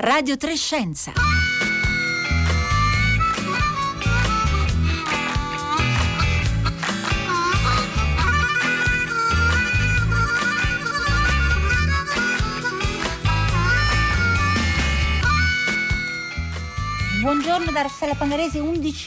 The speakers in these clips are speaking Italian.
Radio 3 Scienza. Buongiorno da Rossella Pangarese,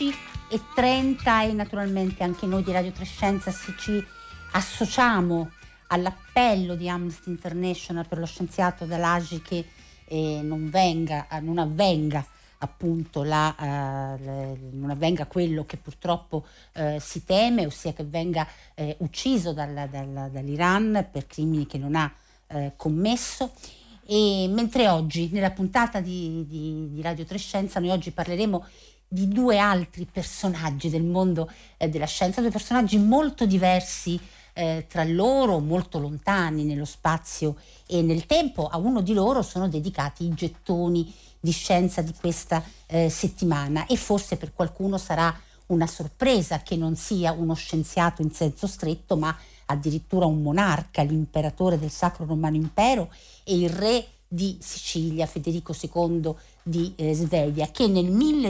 11:30, e naturalmente anche noi di Radio 3 Scienza ci associamo all'appello di Amnesty International per lo scienziato Dall'Agi che non avvenga appunto non avvenga quello che purtroppo si teme, ossia che venga ucciso dall'Iran per crimini che non ha commesso. E mentre oggi nella puntata di Radio 3 Scienza noi oggi parleremo di due altri personaggi del mondo della scienza, due personaggi molto diversi tra loro, molto lontani nello spazio e nel tempo. A uno di loro sono dedicati i gettoni di scienza di questa settimana, e forse per qualcuno sarà una sorpresa che non sia uno scienziato in senso stretto, ma addirittura un monarca, l'imperatore del Sacro Romano Impero e il re di Sicilia, Federico II di Svevia, che nel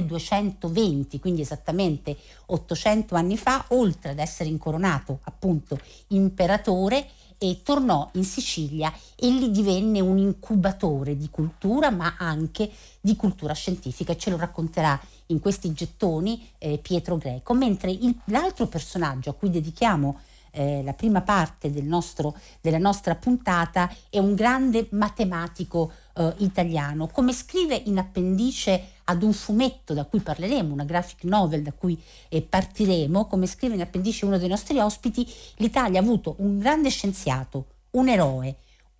1220, quindi esattamente 800 anni fa, oltre ad essere incoronato appunto imperatore, tornò in Sicilia e lì divenne un incubatore di cultura, ma anche di cultura scientifica, e ce lo racconterà in questi gettoni Pietro Greco. Mentre l'altro personaggio a cui dedichiamo la prima parte della nostra puntata è un grande matematico italiano. Come scrive in appendice ad un fumetto da cui parleremo, una graphic novel da cui partiremo, come scrive in appendice uno dei nostri ospiti, l'Italia ha avuto un grande scienziato, un eroe,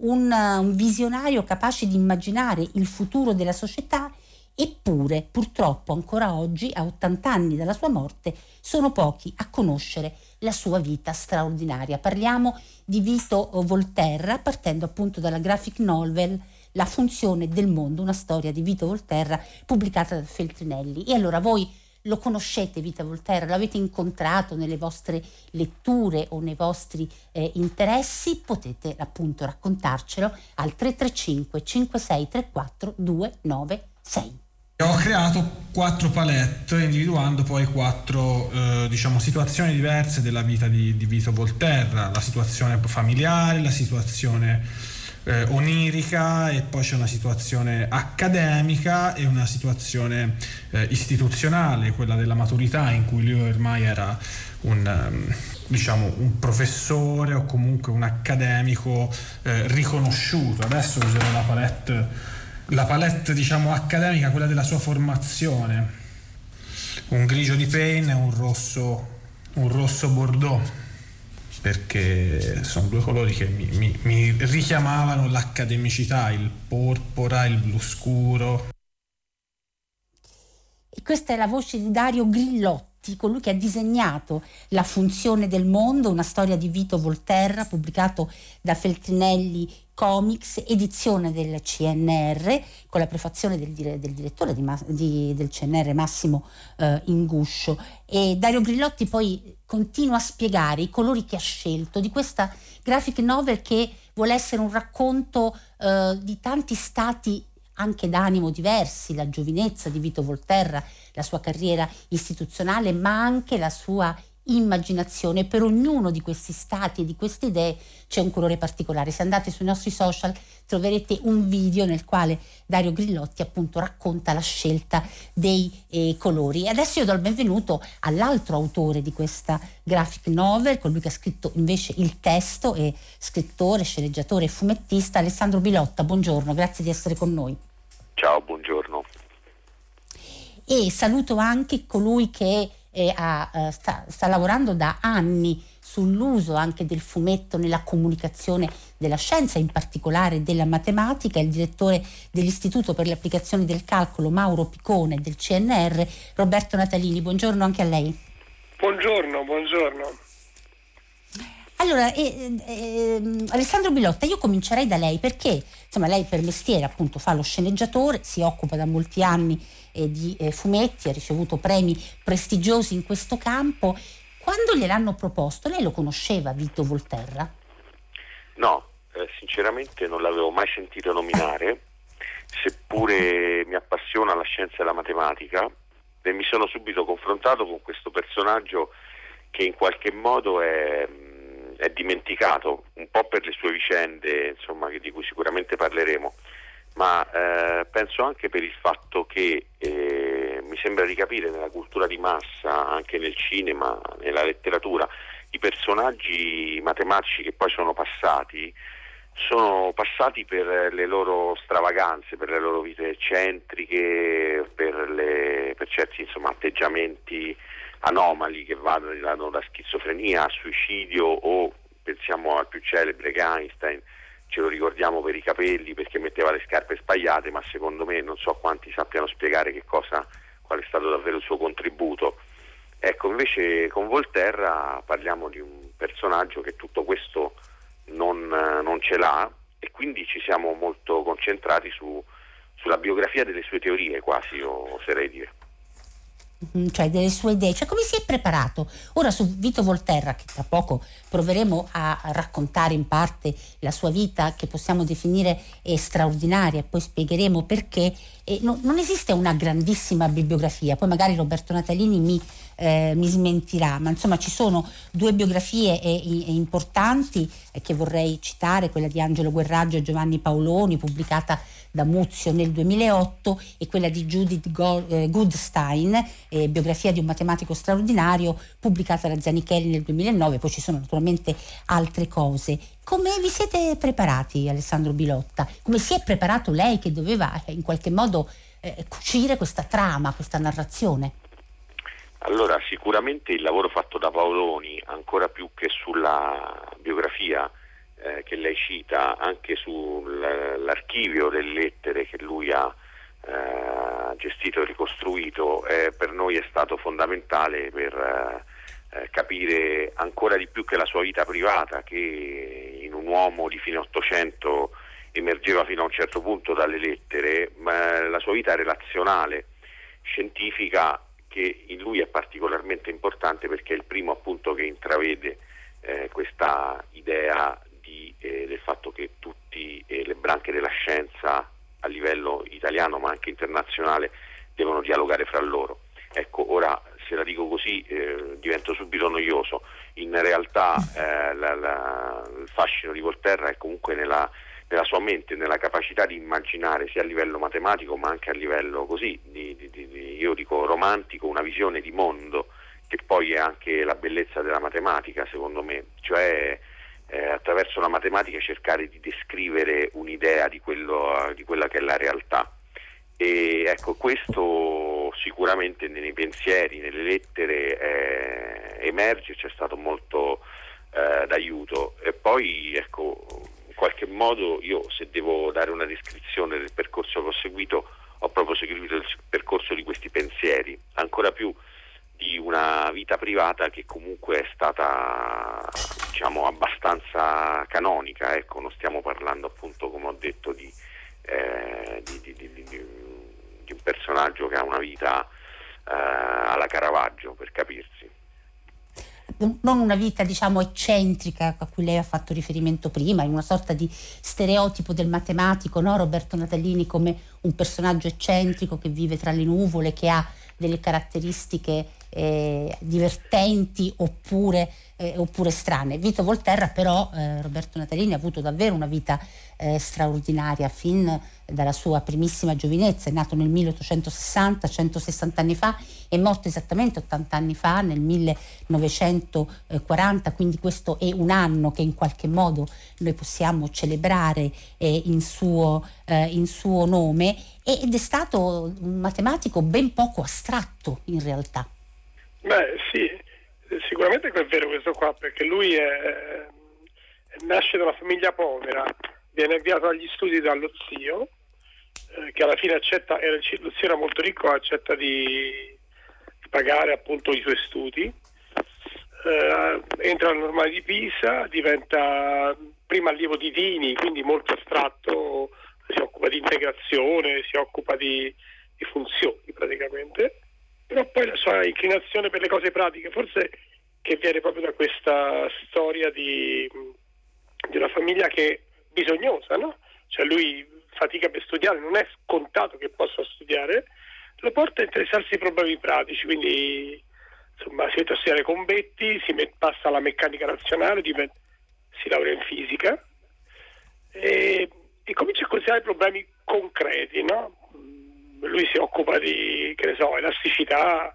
un visionario capace di immaginare il futuro della società. Eppure, purtroppo, ancora oggi, a 80 anni dalla sua morte, sono pochi a conoscere la sua vita straordinaria. Parliamo di Vito Volterra, partendo appunto dalla graphic novel La funzione del mondo, una storia di Vito Volterra pubblicata da Feltrinelli. E allora voi lo conoscete Vito Volterra? L'avete incontrato nelle vostre letture o nei vostri interessi? Potete appunto raccontarcelo al 335 5634 296. Ho creato 4 palette, individuando poi 4 situazioni diverse della vita di Vito Volterra: la situazione familiare, la situazione onirica, e poi c'è una situazione accademica e una situazione istituzionale, quella della maturità, in cui lui ormai era un professore o comunque un accademico riconosciuto. Adesso userò la palette accademica, quella della sua formazione, un grigio di Payne e un rosso Bordeaux, perché sono due colori che mi richiamavano l'accademicità, il porpora, il blu scuro. E questa è la voce di Dario Grillotti, colui che ha disegnato La funzione del mondo, una storia di Vito Volterra, pubblicato da Feltrinelli Comics, edizione del CNR, con la prefazione del direttore del CNR Massimo Inguscio. E Dario Grillotti poi continua a spiegare i colori che ha scelto di questa graphic novel, che vuole essere un racconto di tanti stati anche d'animo diversi: la giovinezza di Vito Volterra, la sua carriera istituzionale, ma anche la sua immaginazione. Per ognuno di questi stati e di queste idee c'è un colore particolare. Se andate sui nostri social troverete un video nel quale Dario Grillotti appunto racconta la scelta dei colori. E adesso io do il benvenuto all'altro autore di questa graphic novel, colui che ha scritto invece il testo, e scrittore, sceneggiatore e fumettista, Alessandro Bilotta. Buongiorno, grazie di essere con noi. Ciao, buongiorno. E saluto anche colui che sta lavorando da anni sull'uso anche del fumetto nella comunicazione della scienza, in particolare della matematica, il direttore dell'Istituto per le applicazioni del calcolo Mauro Picone del CNR, Roberto Natalini. Buongiorno anche a lei. Buongiorno. Allora, Alessandro Bilotta, io comincerei da lei, perché insomma lei per mestiere appunto fa lo sceneggiatore, si occupa da molti anni di fumetti, ha ricevuto premi prestigiosi in questo campo. Quando gliel'hanno proposto, lei lo conosceva Vito Volterra? No, sinceramente non l'avevo mai sentito nominare. seppure mi appassiona la scienza e la matematica, e mi sono subito confrontato con questo personaggio che in qualche modo è dimenticato, un po' per le sue vicende, insomma, di cui sicuramente parleremo, ma penso anche per il fatto che mi sembra di capire nella cultura di massa, anche nel cinema, nella letteratura, i personaggi matematici che poi sono passati per le loro stravaganze, per le loro vite eccentriche, per certi, insomma, atteggiamenti anomali che vanno da schizofrenia a suicidio, o pensiamo al più celebre che Einstein, ce lo ricordiamo per i capelli perché metteva le scarpe sbagliate, ma secondo me non so quanti sappiano spiegare qual è stato davvero il suo contributo. Ecco, invece con Volterra parliamo di un personaggio che tutto questo non ce l'ha, e quindi ci siamo molto concentrati sulla biografia delle sue teorie, quasi, oserei dire. Cioè delle sue idee, cioè come si è preparato. Ora su Vito Volterra, che tra poco proveremo a raccontare in parte la sua vita, che possiamo definire straordinaria, e poi spiegheremo perché, non esiste una grandissima bibliografia, poi magari Roberto Natalini mi smentirà, ma insomma ci sono due biografie importanti che vorrei citare, quella di Angelo Guerraggio e Giovanni Paoloni, pubblicata da Muzio nel 2008, e quella di Judith Goodstein, biografia di un matematico straordinario, pubblicata da Zanichelli nel 2009. Poi ci sono naturalmente altre cose. Come vi siete preparati, Alessandro Bilotta? Come si è preparato lei, che doveva in qualche modo cucire questa trama, questa narrazione? Allora, sicuramente il lavoro fatto da Paoloni, ancora più che sulla biografia che lei cita, anche sull'archivio delle lettere che lui ha gestito e ricostruito, per noi è stato fondamentale per capire ancora di più che la sua vita privata, che in un uomo di fine Ottocento emergeva fino a un certo punto dalle lettere, ma la sua vita relazionale, scientifica, che in lui è particolarmente importante perché è il primo appunto che intravede questa idea del fatto che tutte le branche della scienza a livello italiano ma anche internazionale devono dialogare fra loro. Ecco, ora se la dico così divento subito noioso. In realtà il fascino di Volterra è comunque nella sua mente, nella capacità di immaginare sia a livello matematico ma anche a livello così, io dico romantico, una visione di mondo che poi è anche la bellezza della matematica, secondo me, cioè attraverso la matematica cercare di descrivere un'idea di quella che è la realtà. E ecco, questo sicuramente nei pensieri, nelle lettere emerge, c'è stato molto d'aiuto. E poi ecco, in qualche modo io, se devo dare una descrizione del percorso che ho seguito, ho proprio seguito il percorso di questi pensieri, ancora più di una vita privata che comunque è stata, diciamo, abbastanza canonica. Ecco, non stiamo parlando, appunto, come ho detto, di un personaggio che ha una vita alla Caravaggio, per capirsi. Non una vita, diciamo, eccentrica a cui lei ha fatto riferimento prima, in una sorta di stereotipo del matematico, no? Roberto Natalini come un personaggio eccentrico che vive tra le nuvole, che ha delle caratteristiche divertenti oppure strane. Vito Volterra però, Roberto Natalini, ha avuto davvero una vita straordinaria fin dalla sua primissima giovinezza. È nato nel 1860, 160 anni fa, è morto esattamente 80 anni fa, nel 1940, quindi questo è un anno che in qualche modo noi possiamo celebrare in suo nome, ed è stato un matematico ben poco astratto in realtà. Beh sì, sicuramente è vero questo qua, perché lui nasce da una famiglia povera, viene avviato agli studi dallo zio, che alla fine accetta, lo zio era molto ricco, accetta di pagare appunto i suoi studi, entra al Normale di Pisa, diventa prima allievo di Dini, quindi molto astratto, si occupa di integrazione, si occupa di funzioni praticamente, però poi la sua inclinazione per le cose pratiche, forse che viene proprio da questa storia di una famiglia che è bisognosa, no? Cioè lui fatica per studiare, non è scontato che possa studiare, lo porta a interessarsi ai problemi pratici, quindi insomma si mette a studiare con Betti, passa alla meccanica razionale, si laurea in fisica e comincia a considerare problemi concreti, no? Lui si occupa di, che ne so, elasticità,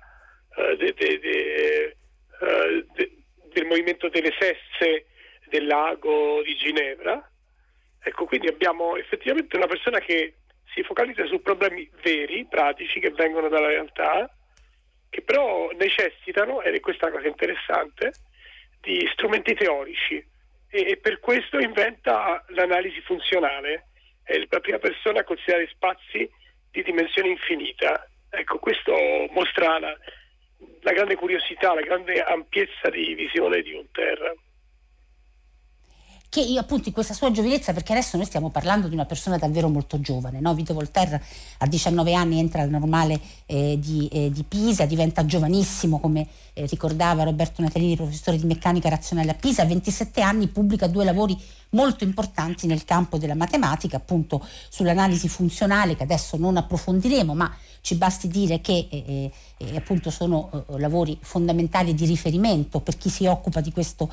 del movimento delle sesse del lago di Ginevra. Ecco, quindi abbiamo effettivamente una persona che si focalizza su problemi veri, pratici, che vengono dalla realtà, che però necessitano, ed è questa la cosa interessante, di strumenti teorici, e per questo inventa l'analisi funzionale. È la prima persona a considerare spazi di dimensione infinita. Ecco, questo mostra la grande curiosità, la grande ampiezza di visione di Voltaire. Che io appunto in questa sua giovinezza, perché adesso noi stiamo parlando di una persona davvero molto giovane, no? Vito Voltaire a 19 anni entra al Normale di Pisa, diventa giovanissimo, come ricordava Roberto Natalini, professore di meccanica razionale a Pisa. A 27 anni pubblica 2 lavori molto importanti nel campo della matematica, appunto sull'analisi funzionale, che adesso non approfondiremo, ma ci basti dire che appunto sono lavori fondamentali di riferimento per chi si occupa di questo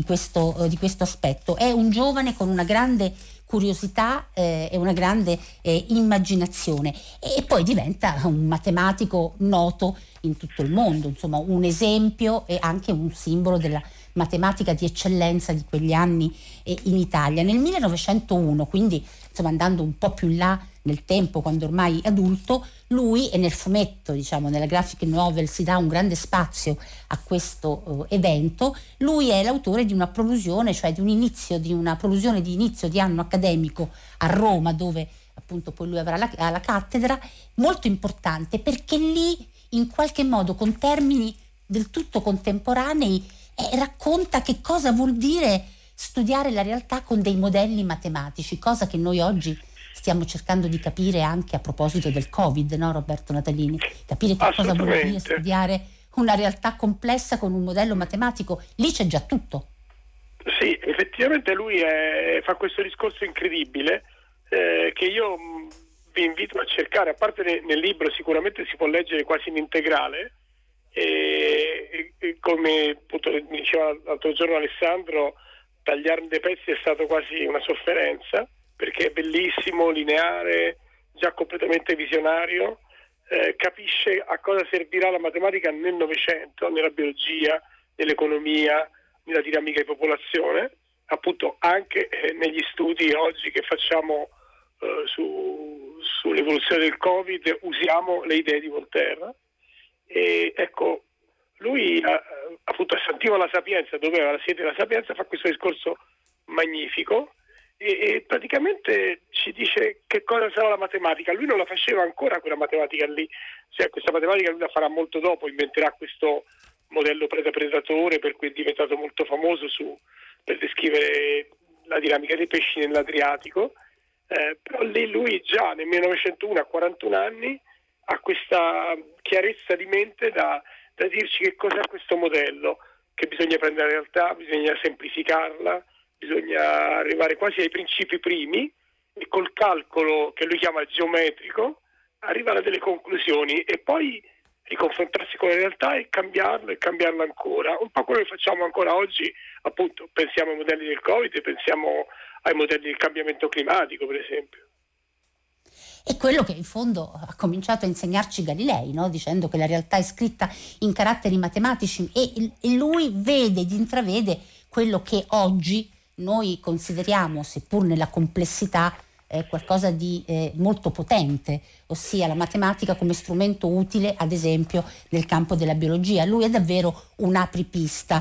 aspetto. È un giovane con una grande curiosità e una grande immaginazione, e poi diventa un matematico noto in tutto il mondo, insomma un esempio e anche un simbolo della matematica di eccellenza di quegli anni in Italia. Nel 1901, quindi insomma andando un po' più in là nel tempo, quando ormai è adulto, lui, e nel fumetto, diciamo nella graphic novel si dà un grande spazio a questo evento, lui è l'autore di una prolusione, cioè di una prolusione di inizio di anno accademico a Roma, dove appunto poi lui avrà la cattedra, molto importante, perché lì in qualche modo con termini del tutto contemporanei racconta che cosa vuol dire studiare la realtà con dei modelli matematici, cosa che noi oggi stiamo cercando di capire anche a proposito del Covid, no Roberto Natalini? Capire che cosa vuol dire studiare una realtà complessa con un modello matematico. Lì c'è già tutto. Sì, effettivamente lui fa questo discorso incredibile che io vi invito a cercare. A parte nel libro sicuramente si può leggere quasi in integrale, e come appunto mi diceva l'altro giorno Alessandro, tagliarne dei pezzi è stato quasi una sofferenza, perché è bellissimo, lineare, già completamente visionario, capisce a cosa servirà la matematica nel Novecento, nella biologia, nell'economia, nella dinamica di popolazione, appunto anche negli studi oggi che facciamo sull'evoluzione del Covid usiamo le idee di Voltaire. E ecco, lui appunto a Sant'Ivo la Sapienza, dove aveva la sede della Sapienza, fa questo discorso magnifico e praticamente ci dice che cosa sarà la matematica. Lui non la faceva ancora quella matematica lì, cioè questa matematica lui la farà molto dopo, inventerà questo modello preda-predatore per cui è diventato molto famoso per descrivere la dinamica dei pesci nell'Adriatico, però lì lui già nel 1901 a 41 anni ha questa chiarezza di mente da dirci che cos'è questo modello, che bisogna prendere la realtà, bisogna semplificarla, bisogna arrivare quasi ai principi primi e col calcolo che lui chiama geometrico arrivare a delle conclusioni e poi riconfrontarsi con la realtà e cambiarla ancora. Un po' quello che facciamo ancora oggi, appunto, pensiamo ai modelli del Covid, pensiamo ai modelli del cambiamento climatico, per esempio. È quello che in fondo ha cominciato a insegnarci Galilei, no? Dicendo che la realtà è scritta in caratteri matematici, e lui vede ed intravede quello che oggi noi consideriamo, seppur nella complessità, qualcosa di molto potente, ossia la matematica come strumento utile ad esempio nel campo della biologia. Lui è davvero un apripista.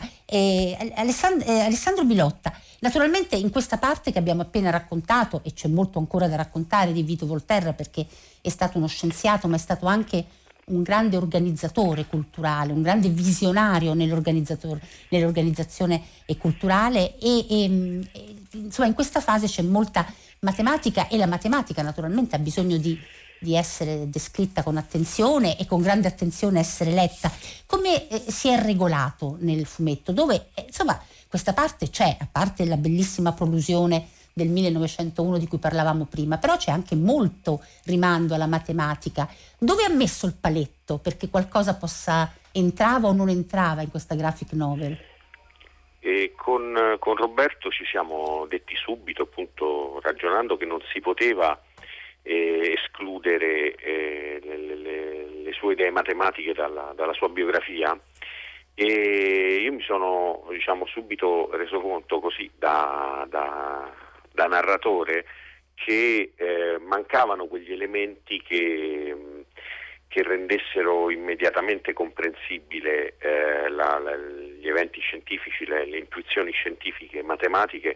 Alessandro Bilotta, naturalmente in questa parte che abbiamo appena raccontato, e c'è molto ancora da raccontare di Vito Voltaire, perché è stato uno scienziato ma è stato anche un grande organizzatore culturale, un grande visionario nell'organizzazione culturale, e insomma in questa fase c'è molta matematica, e la matematica naturalmente ha bisogno di essere descritta con attenzione e con grande attenzione essere letta. Come si è regolato nel fumetto, dove insomma questa parte c'è, a parte la bellissima prolusione del 1901 di cui parlavamo prima, però c'è anche molto rimando alla matematica. Dove ha messo il paletto perché qualcosa entrava o non entrava in questa graphic novel? E con Roberto ci siamo detti subito, appunto, ragionando che non si poteva escludere le sue idee matematiche dalla sua biografia, e io mi sono, diciamo, subito reso conto, così da narratore, che mancavano quegli elementi che rendessero immediatamente comprensibile gli eventi scientifici, le intuizioni scientifiche e matematiche,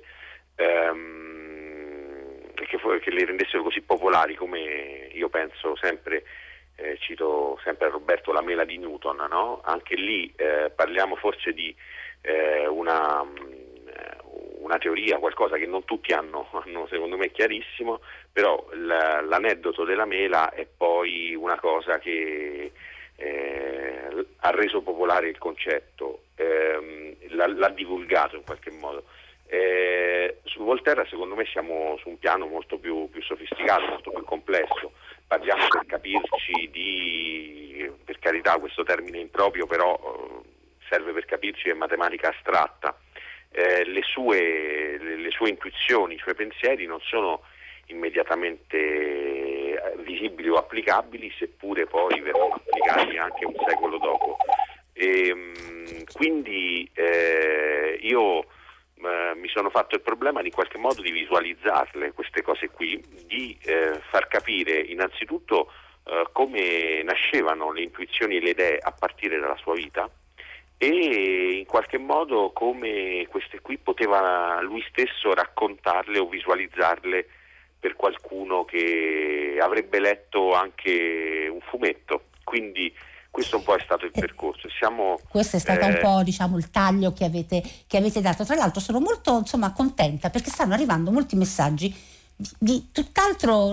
che le rendessero così popolari, come io penso sempre, cito sempre a Roberto la mela di Newton, no? Anche lì parliamo forse di una teoria, qualcosa che non tutti hanno secondo me chiarissimo, però l'aneddoto della mela è poi una cosa che ha reso popolare il concetto, l'ha divulgato in qualche modo. Su Volterra secondo me siamo su un piano molto più sofisticato, molto più complesso. Parliamo, per capirci, per carità questo termine improprio, però serve per capirci, è matematica astratta. Le sue intuizioni, i suoi pensieri non sono immediatamente visibili o applicabili, seppure poi verranno applicati anche un secolo dopo. Quindi io mi sono fatto il problema in qualche modo di visualizzarle queste cose qui, di far capire innanzitutto come nascevano le intuizioni e le idee a partire dalla sua vita, e in qualche modo come queste qui poteva lui stesso raccontarle o visualizzarle per qualcuno che avrebbe letto anche un fumetto. Quindi questo un po' è stato il percorso. Questo è stato un po', diciamo, il taglio che avete dato. Tra l'altro sono molto, contenta, perché stanno arrivando molti messaggi di tutt'altro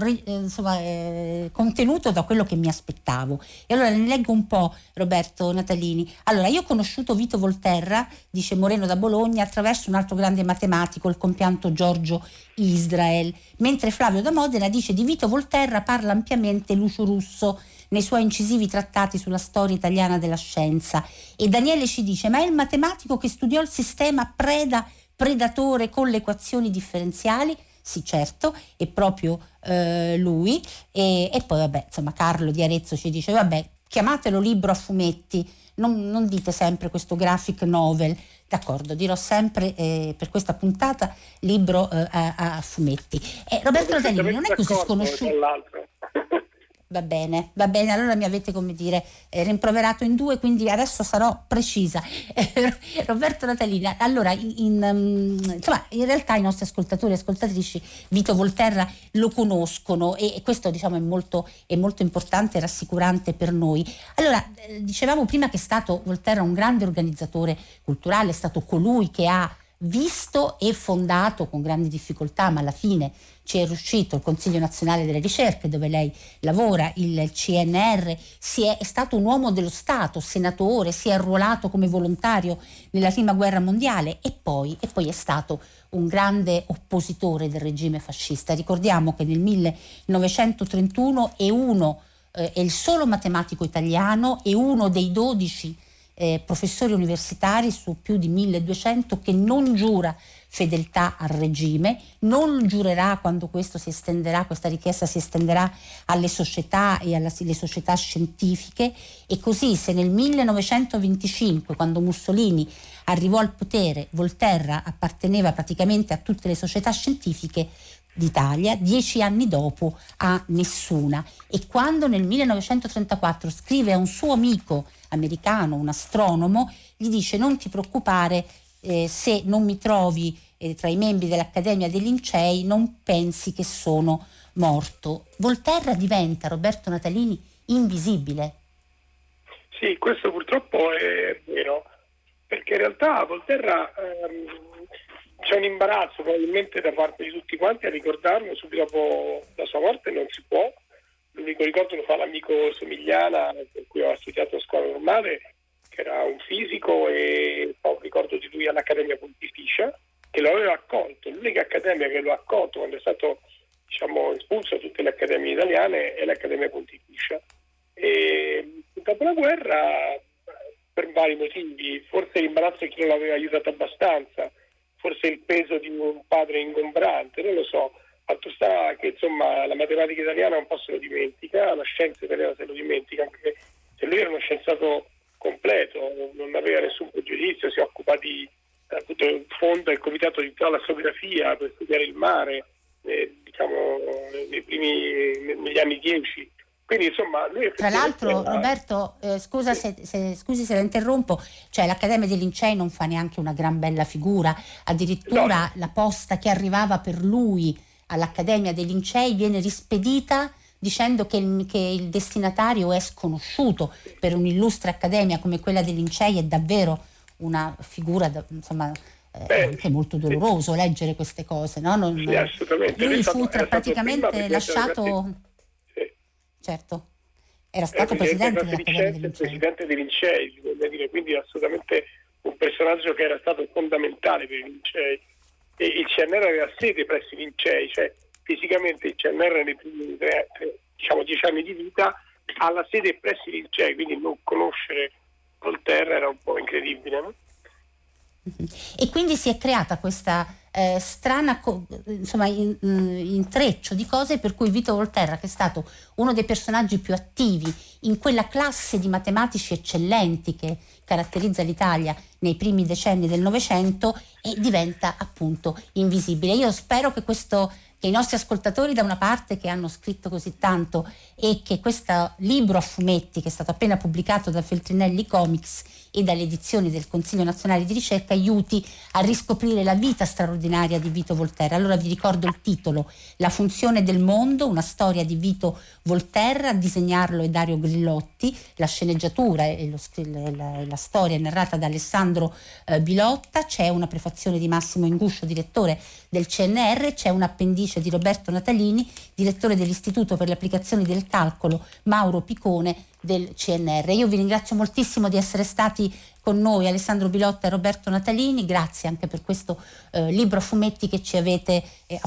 contenuto da quello che mi aspettavo. E allora ne leggo un po', Roberto Natalini. Allora, io ho conosciuto Vito Volterra, dice Moreno da Bologna, attraverso un altro grande matematico, il compianto Giorgio Israel, mentre Flavio da Modena dice di Vito Volterra parla ampiamente Lucio Russo nei suoi incisivi trattati sulla storia italiana della scienza. E Daniele ci dice: ma è il matematico che studiò il sistema predatore con le equazioni differenziali? Sì, certo, è proprio lui. E poi vabbè, insomma, Carlo di Arezzo ci dice: vabbè, chiamatelo libro a fumetti, non dite sempre questo graphic novel. D'accordo, dirò sempre per questa puntata libro a fumetti. Roberto Natalini non è così sconosciuto. Va bene, allora mi avete, come dire, rimproverato in due, quindi adesso sarò precisa. Roberto Natalini, allora in realtà i nostri ascoltatori e ascoltatrici Vito Volterra lo conoscono, e questo, diciamo, è molto importante e rassicurante per noi. Allora, dicevamo prima che è stato Volterra un grande organizzatore culturale, è stato colui che ha visto e fondato con grandi difficoltà, ma alla fine ci è riuscito, il Consiglio Nazionale delle Ricerche, dove lei lavora, il CNR, è stato un uomo dello Stato, senatore, si è arruolato come volontario nella prima guerra mondiale e poi è stato un grande oppositore del regime fascista. Ricordiamo che nel 1931 è il solo matematico italiano e uno dei 12 professori universitari su più di 1200 che non giura fedeltà al regime, non giurerà quando questa richiesta si estenderà alle società e alle società scientifiche. E così, se nel 1925, quando Mussolini arrivò al potere, Volterra apparteneva praticamente a tutte le società scientifiche d'Italia, 10 anni dopo a nessuna. E quando nel 1934 scrive a un suo amico americano, un astronomo, gli dice: non ti preoccupare, se non mi trovi tra i membri dell'Accademia dei Lincei, non pensi che sono morto. Volterra diventa, Roberto Natalini, invisibile. Sì, questo purtroppo è vero, perché in realtà Volterra c'è un imbarazzo probabilmente da parte di tutti quanti a ricordarlo subito dopo la sua morte. Non si può. L'unico ricordo lo fa l'amico Somigliana, con cui ho studiato a scuola normale, che era un fisico, e ho un ricordo di lui all'Accademia Pontificia, che lo aveva accolto. L'unica accademia che lo ha accolto quando è stato, diciamo, espulso da tutte le accademie italiane è l'Accademia Pontificia. E dopo la guerra, per vari motivi, forse l'imbarazzo che non l'aveva aiutato abbastanza, forse il peso di un padre ingombrante, non lo so. Fatto sta che insomma la matematica italiana un po' se lo dimentica, la scienza italiana se lo dimentica, anche se lui era uno scienziato completo, non aveva nessun pregiudizio, si occupa di appunto, fonda il comitato di talassografia per studiare il mare, diciamo negli anni 10. Quindi insomma lui tra l'altro Roberto, scusa scusi se la interrompo, cioè l'Accademia dei Lincei non fa neanche una gran bella figura, addirittura la posta che arrivava per lui all'Accademia dei Lincei viene rispedita dicendo che il destinatario è sconosciuto. Per un'illustre accademia come quella dei Lincei è davvero una figura insomma anche molto doloroso leggere queste cose, no? Sì, assolutamente. Lui fu praticamente lasciato. Certo, era stato presidente dell'Accademia dei Lincei. Presidente dei Lincei, dire, quindi assolutamente un personaggio che era stato fondamentale per i Lincei. E il CNR aveva sede presso i Lincei, cioè fisicamente il CNR nei primi 10 anni di vita ha la sede presso i Lincei, quindi non conoscere Voltaire era un po' incredibile, no? E quindi si è creata questa strana insomma intreccio di cose per cui Vito Volterra, che è stato uno dei personaggi più attivi in quella classe di matematici eccellenti che caratterizza l'Italia nei primi decenni del Novecento, diventa appunto invisibile. Io spero che i nostri ascoltatori, da una parte, che hanno scritto così tanto, e che questo libro a fumetti che è stato appena pubblicato da Feltrinelli Comics e dalle edizioni del Consiglio Nazionale di Ricerca aiuti a riscoprire la vita straordinaria di Vito Volterra. Allora vi ricordo il titolo: La funzione del mondo, una storia di Vito Volterra. A disegnarlo è Dario Grillotti, la sceneggiatura e la storia è narrata da Alessandro Bilotta. C'è una prefazione di Massimo Inguscio, direttore del CNR, c'è un appendice di Roberto Natalini, direttore dell'Istituto per le applicazioni del calcolo Mauro Picone del CNR. Io vi ringrazio moltissimo di essere stati con noi, Alessandro Bilotta e Roberto Natalini. Grazie anche per questo libro a fumetti che ci avete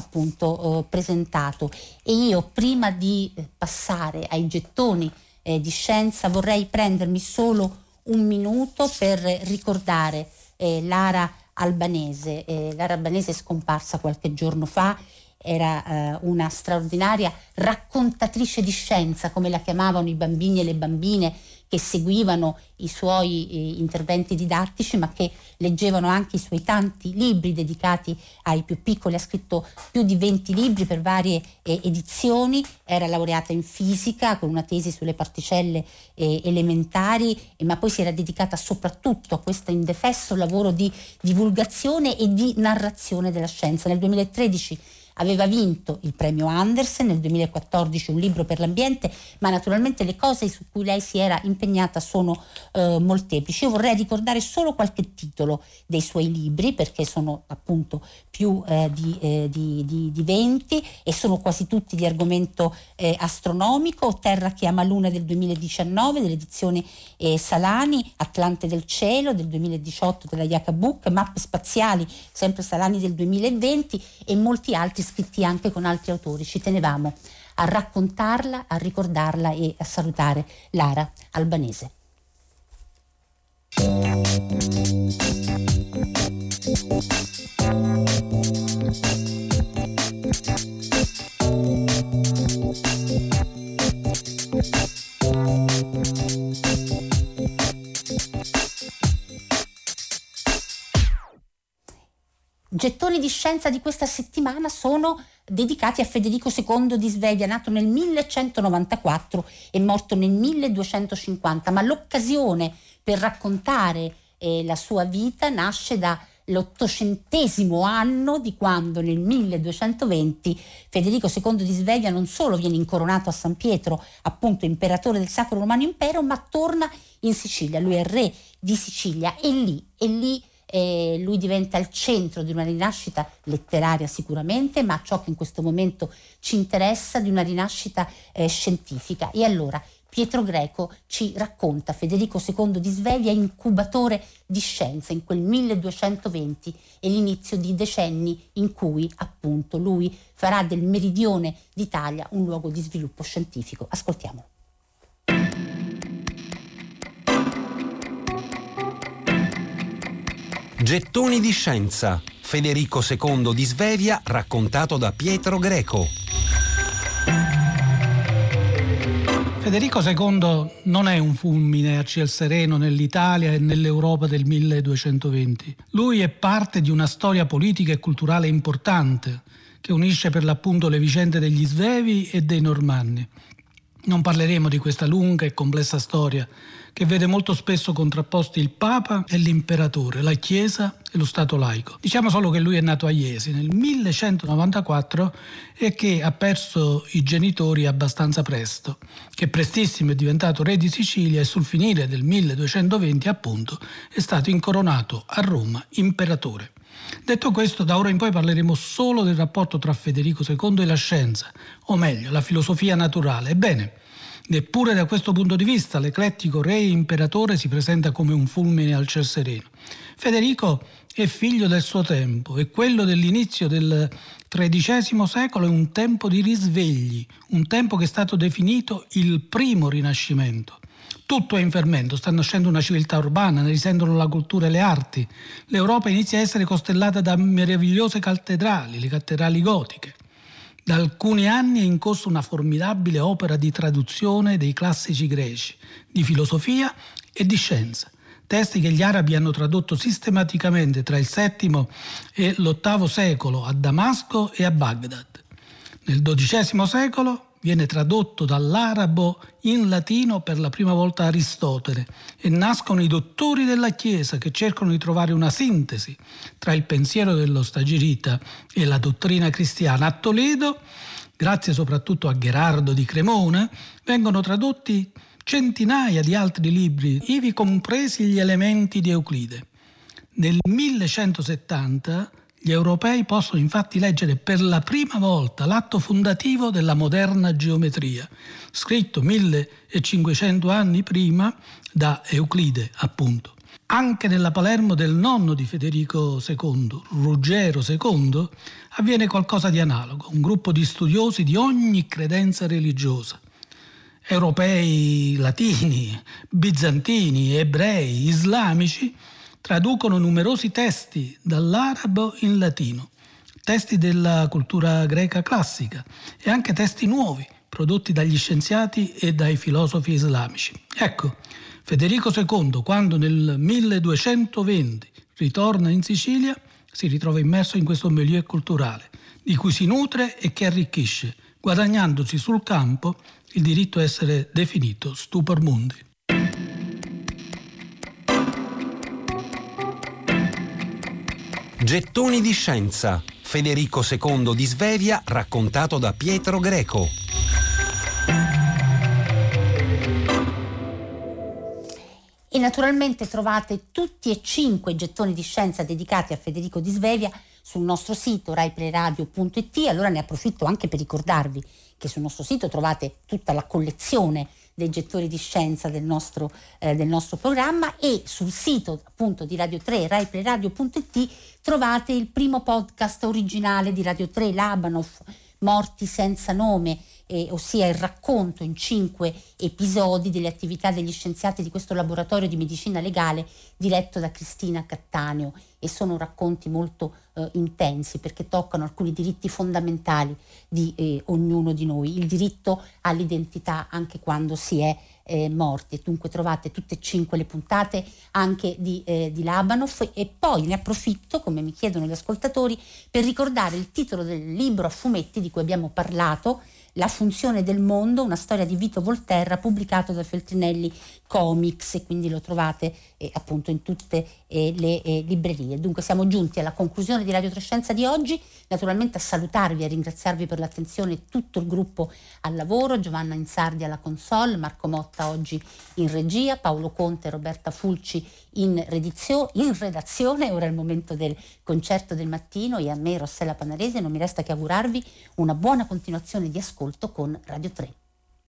presentato. E io, prima di passare ai gettoni di scienza, vorrei prendermi solo un minuto per ricordare Lara Albanese. Lara Albanese è scomparsa qualche giorno fa. Era una straordinaria raccontatrice di scienza, come la chiamavano i bambini e le bambine che seguivano i suoi interventi didattici, ma che leggevano anche i suoi tanti libri dedicati ai più piccoli. Ha scritto più di 20 libri per varie edizioni, era laureata in fisica con una tesi sulle particelle elementari, ma poi si era dedicata soprattutto a questo indefesso lavoro di divulgazione e di narrazione della scienza. Nel 2013 aveva vinto il premio Andersen, nel 2014 un libro per l'ambiente, ma naturalmente le cose su cui lei si era impegnata sono molteplici. Io vorrei ricordare solo qualche titolo dei suoi libri, perché sono appunto più di 20 e sono quasi tutti di argomento astronomico. Terra che ama Luna del 2019 dell'edizione Salani, Atlante del cielo del 2018 della Jaca Book, Mappe spaziali sempre Salani del 2020 e molti altri scritti anche con altri autori. Ci tenevamo a raccontarla, a ricordarla e a salutare Lara Albanese. Gettoni di scienza di questa settimana sono dedicati a Federico II di Svevia, nato nel 1194 e morto nel 1250, ma l'occasione per raccontare la sua vita nasce dall'800° anno di quando nel 1220 Federico II di Svevia non solo viene incoronato a San Pietro, appunto imperatore del Sacro Romano Impero, ma torna in Sicilia. Lui è re di Sicilia e lì lui diventa il centro di una rinascita letteraria sicuramente, ma ciò che in questo momento ci interessa, di una rinascita scientifica. E allora Pietro Greco ci racconta Federico II di Svevia, incubatore di scienza in quel 1220 e l'inizio di decenni in cui appunto lui farà del meridione d'Italia un luogo di sviluppo scientifico. Ascoltiamolo. Gettoni di scienza. Federico II di Svevia raccontato da Pietro Greco. Federico II non è un fulmine a ciel sereno nell'Italia e nell'Europa del 1220. Lui è parte di una storia politica e culturale importante che unisce per l'appunto le vicende degli Svevi e dei Normanni. Non parleremo di questa lunga e complessa storia che vede molto spesso contrapposti il Papa e l'Imperatore, la Chiesa e lo Stato laico. Diciamo solo che lui è nato a Iesi nel 1194 e che ha perso i genitori abbastanza presto, che prestissimo è diventato re di Sicilia e sul finire del 1220 appunto è stato incoronato a Roma imperatore. Detto questo, da ora in poi parleremo solo del rapporto tra Federico II e la scienza, o meglio, la filosofia naturale. Ebbene, neppure da questo punto di vista l'eclettico re imperatore si presenta come un fulmine al ciel sereno. Federico è figlio del suo tempo e quello dell'inizio del XIII secolo è un tempo di risvegli, un tempo che è stato definito il primo Rinascimento. Tutto è in fermento, sta nascendo una civiltà urbana, ne risentono la cultura e le arti. L'Europa inizia a essere costellata da meravigliose cattedrali, le cattedrali gotiche. Da alcuni anni è in corso una formidabile opera di traduzione dei classici greci, di filosofia e di scienza. Testi che gli arabi hanno tradotto sistematicamente tra il VII e l'VIII secolo a Damasco e a Baghdad. Nel XII secolo viene tradotto dall'arabo in latino per la prima volta Aristotele e nascono i dottori della Chiesa che cercano di trovare una sintesi tra il pensiero dello Stagirita e la dottrina cristiana. A Toledo, grazie soprattutto a Gherardo di Cremona, vengono tradotti centinaia di altri libri, ivi compresi gli elementi di Euclide. Nel 1170 gli europei possono infatti leggere per la prima volta l'atto fondativo della moderna geometria, scritto 1500 anni prima da Euclide, appunto. Anche nella Palermo del nonno di Federico II, Ruggero II, avviene qualcosa di analogo, un gruppo di studiosi di ogni credenza religiosa. Europei, latini, bizantini, ebrei, islamici, traducono numerosi testi dall'arabo in latino, testi della cultura greca classica e anche testi nuovi prodotti dagli scienziati e dai filosofi islamici. Ecco, Federico II, quando nel 1220 ritorna in Sicilia, si ritrova immerso in questo milieu culturale, di cui si nutre e che arricchisce, guadagnandosi sul campo il diritto a essere definito stupor mundi. Gettoni di scienza. Federico II di Svevia raccontato da Pietro Greco. E naturalmente trovate tutti e 5 gettoni di scienza dedicati a Federico di Svevia sul nostro sito raiplayradio.it. Allora ne approfitto anche per ricordarvi che sul nostro sito trovate tutta la collezione dei gettoni di scienza del nostro programma, e sul sito appunto di Radio 3, raiplayradio.it, trovate il primo podcast originale di Radio 3, Labanov, Morti senza nome, ossia il racconto in 5 episodi delle attività degli scienziati di questo laboratorio di medicina legale diretto da Cristina Cattaneo, e sono racconti molto intensi perché toccano alcuni diritti fondamentali di ognuno di noi, il diritto all'identità anche quando si è morti. Dunque trovate tutte e 5 le puntate anche di Labanov, e poi ne approfitto, come mi chiedono gli ascoltatori, per ricordare il titolo del libro a fumetti di cui abbiamo parlato, La funzione del mondo, una storia di Vito Volterra, pubblicato da Feltrinelli Comics, e quindi lo trovate appunto in tutte le librerie. Dunque siamo giunti alla conclusione di Radio 3 Scienza di oggi, naturalmente a salutarvi e a ringraziarvi per l'attenzione tutto il gruppo al lavoro, Giovanna Insardi alla console, Marco Motta oggi in regia, Paolo Conte e Roberta Fulci in redazione. Ora è il momento del concerto del mattino, e a me, Rossella Panarese, non mi resta che augurarvi una buona continuazione di ascolto con Radio 3.